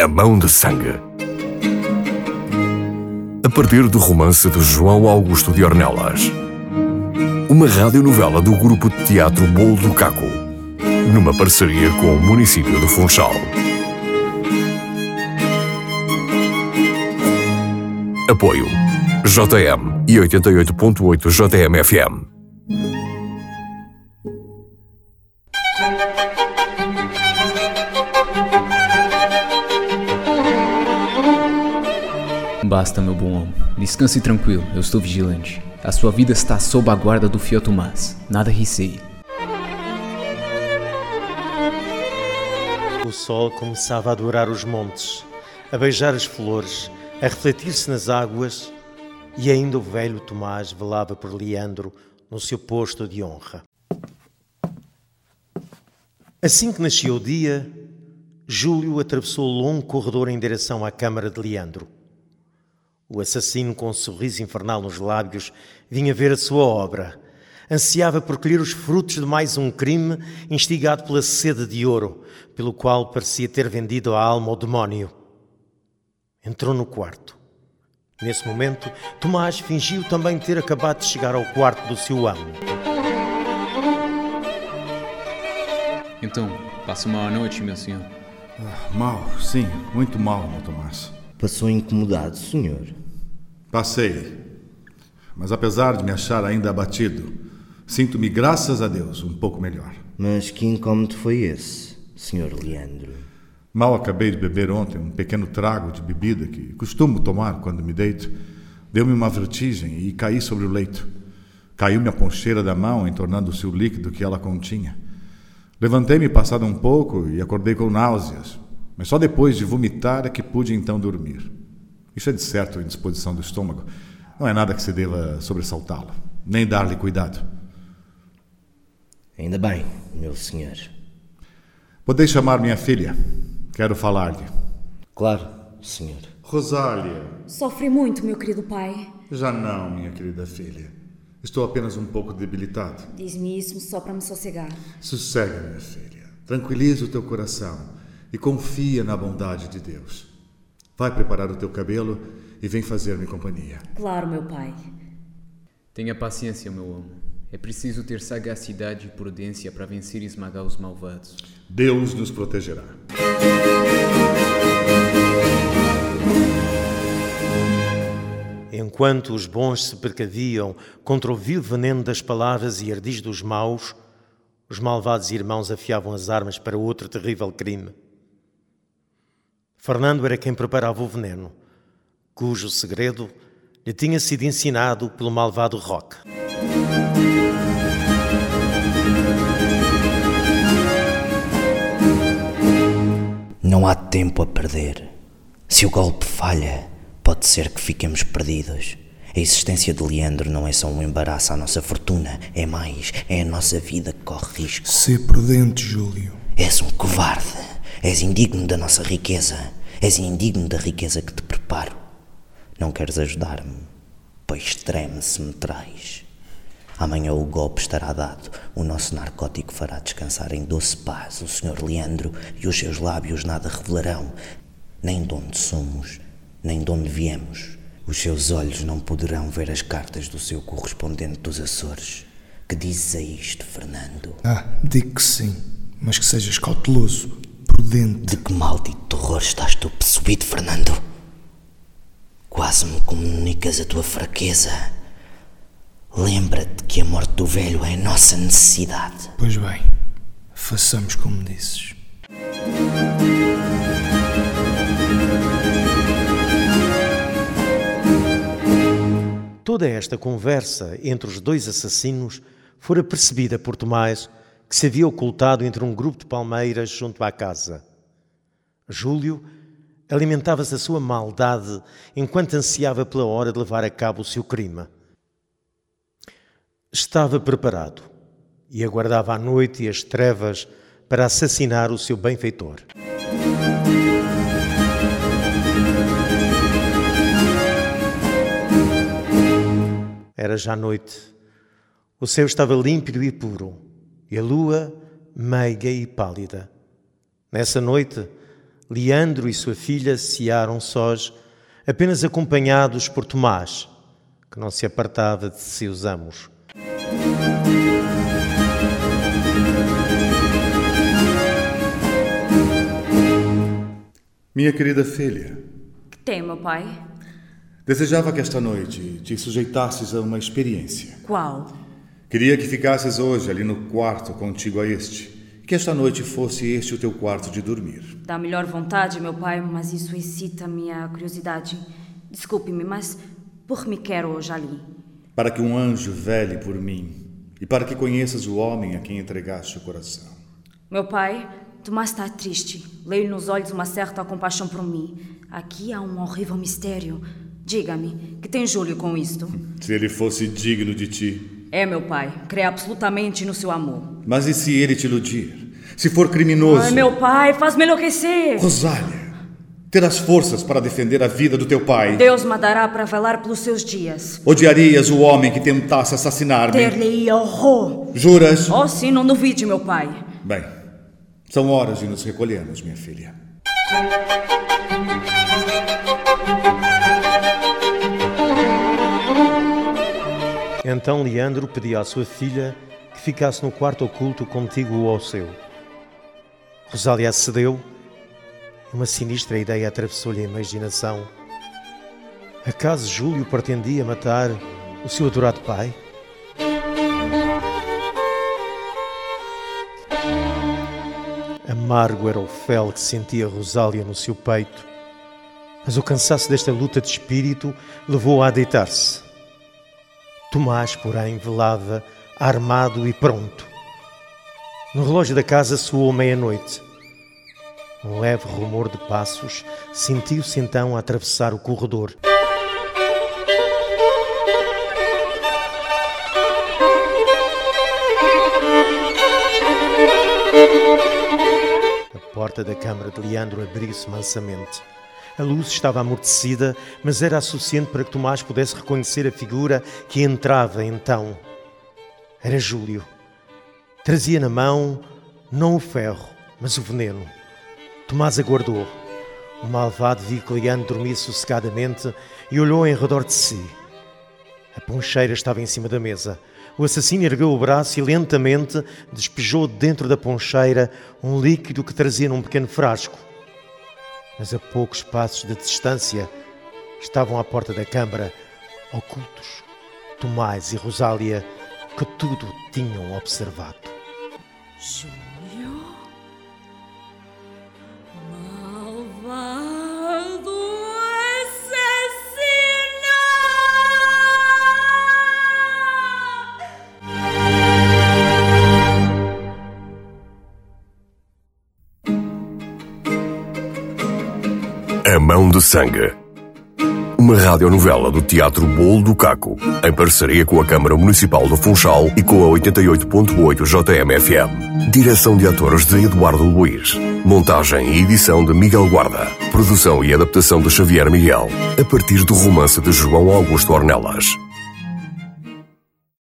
A Mão de Sangue. A partir do romance de João Augusto de Ornelas. Uma radionovela do grupo de teatro Bolo do Caco, numa parceria com o município de Funchal. Apoio JM e 88.8 JM FM. Basta, meu bom homem. Descanse tranquilo, eu estou vigilante. A sua vida está sob a guarda do fiel Tomás. Nada receie. O sol começava a dourar os montes, a beijar as flores, a refletir-se nas águas, e ainda o velho Tomás velava por Leandro no seu posto de honra. Assim que nascia o dia, Júlio atravessou o longo corredor em direção à câmara de Leandro. O assassino, com um sorriso infernal nos lábios, vinha ver a sua obra. Ansiava por colher os frutos de mais um crime instigado pela sede de ouro, pelo qual parecia ter vendido a alma ao demónio. Entrou no quarto. Nesse momento, Tomás fingiu também ter acabado de chegar ao quarto do seu amo. Então, passa uma noite, meu senhor. Mal, sim, muito mal, meu Tomás. Passou incomodado, senhor? Passei. Mas apesar de me achar ainda abatido, sinto-me, graças a Deus, um pouco melhor. Mas que incômodo foi esse, senhor Leandro? Mal acabei de beber ontem um pequeno trago de bebida que costumo tomar quando me deito. Deu-me uma vertigem e caí sobre o leito. Caiu-me a poncheira da mão, entornando-se o líquido que ela continha. Levantei-me passado um pouco e acordei com náuseas. Mas só depois de vomitar é que pude então dormir. Isso é de certo indisposição do estômago. Não é nada que se deva sobressaltá-lo, nem dar-lhe cuidado. Ainda bem, meu senhor. Podeis chamar minha filha. Quero falar-lhe. Claro, senhor. Rosália. Sofre muito, meu querido pai. Já não, minha querida filha. Estou apenas um pouco debilitado. Diz-me isso só para me sossegar. Sossega, minha filha. Tranquiliza o teu coração. E confia na bondade de Deus. Vai preparar o teu cabelo e vem fazer-me companhia. Claro, meu pai. Tenha paciência, meu homem. É preciso ter sagacidade e prudência para vencer e esmagar os malvados. Deus nos protegerá. Enquanto os bons se precaviam contra o vil veneno das palavras e ardis dos maus, os malvados irmãos afiavam as armas para outro terrível crime. Fernando era quem preparava o veneno, cujo segredo lhe tinha sido ensinado pelo malvado Roque. Não há tempo a perder. Se o golpe falha, pode ser que fiquemos perdidos. A existência de Leandro não é só um embaraço à nossa fortuna, é mais, é a nossa vida que corre risco. Sê prudente, Júlio. És um covarde, és indigno da nossa riqueza, és indigno da riqueza que te preparo. Não queres ajudar-me, pois treme se me traz. Amanhã o golpe estará dado, o nosso narcótico fará descansar em doce paz o Sr. Leandro e os seus lábios nada revelarão, nem de onde somos, nem de onde viemos. Os seus olhos não poderão ver as cartas do seu correspondente dos Açores. Que dizes a isto, Fernando? Digo que sim, mas que sejas cauteloso, prudente. De que maldito terror estás tu possuído, Fernando? Quase me comunicas a tua fraqueza. Lembra-te que a morte do velho é a nossa necessidade. Pois bem, façamos como dizes. Toda esta conversa entre os dois assassinos fora percebida por Tomás, que se havia ocultado entre um grupo de palmeiras junto à casa. Júlio alimentava-se da sua maldade enquanto ansiava pela hora de levar a cabo o seu crime. Estava preparado e aguardava a noite e as trevas para assassinar o seu benfeitor. Era já noite. O céu estava límpido e puro, e a lua meiga e pálida. Nessa noite, Leandro e sua filha cearam sós, apenas acompanhados por Tomás, que não se apartava de seus amos. Minha querida filha, Que tem, meu pai? desejava que esta noite te sujeitasses a uma experiência. Qual? Queria que ficasses hoje ali no quarto contigo a este, e que esta noite fosse este o teu quarto de dormir. Da melhor vontade, meu pai, mas isso excita minha curiosidade. Desculpe-me, mas por me quer hoje ali? Para que um anjo vele por mim, e para que conheças o homem a quem entregaste o coração. Meu pai, Tomás está triste. Leio nos olhos uma certa compaixão por mim. Aqui há um horrível mistério. Diga-me, que tem Júlio com isto? Se ele fosse digno de ti. É, meu pai, creio absolutamente no seu amor. Mas e se ele te iludir? Se for criminoso? Ai, meu pai, faz-me enlouquecer. Rosália, terás forças para defender a vida do teu pai. Deus me dará para velar pelos seus dias. Odiarias o homem que tentasse assassinar-me? Ter-lhe horror. Juras? Oh, sim, não duvide, meu pai. Bem, são horas de nos recolhermos, minha filha. Então Leandro pediu à sua filha que ficasse no quarto oculto contíguo ao seu. Rosália acedeu e uma sinistra ideia atravessou-lhe a imaginação. Acaso Júlio pretendia matar o seu adorado pai? Amargo era o fel que sentia Rosália no seu peito, mas o cansaço desta luta de espírito levou-a a deitar-se. Tomás, porém, velava, armado e pronto. No relógio da casa soou meia-noite. Um leve rumor de passos sentiu-se então a atravessar o corredor. A porta da câmara de Leandro abriu-se mansamente. A luz estava amortecida, mas era suficiente para que Tomás pudesse reconhecer a figura que entrava então. Era Júlio. Trazia na mão não o ferro, mas o veneno. Tomás aguardou. O malvado viu que Leandro dormia sossegadamente e olhou em redor de si. A poncheira estava em cima da mesa. O assassino ergueu o braço e lentamente despejou dentro da poncheira um líquido que trazia num pequeno frasco. Mas a poucos passos de distância estavam à porta da câmara, ocultos, Tomás e Rosália, que tudo tinham observado. Júlio? Malvado A Mão de Sangue. Uma radionovela do Teatro Bolo do Caco, em parceria com a Câmara Municipal do Funchal e com a 88.8 JMFM. Direção de atores de Eduardo Luiz. Montagem e edição de Miguel Guarda. Produção e adaptação de Xavier Miguel, a partir do romance de João Augusto Ornelas.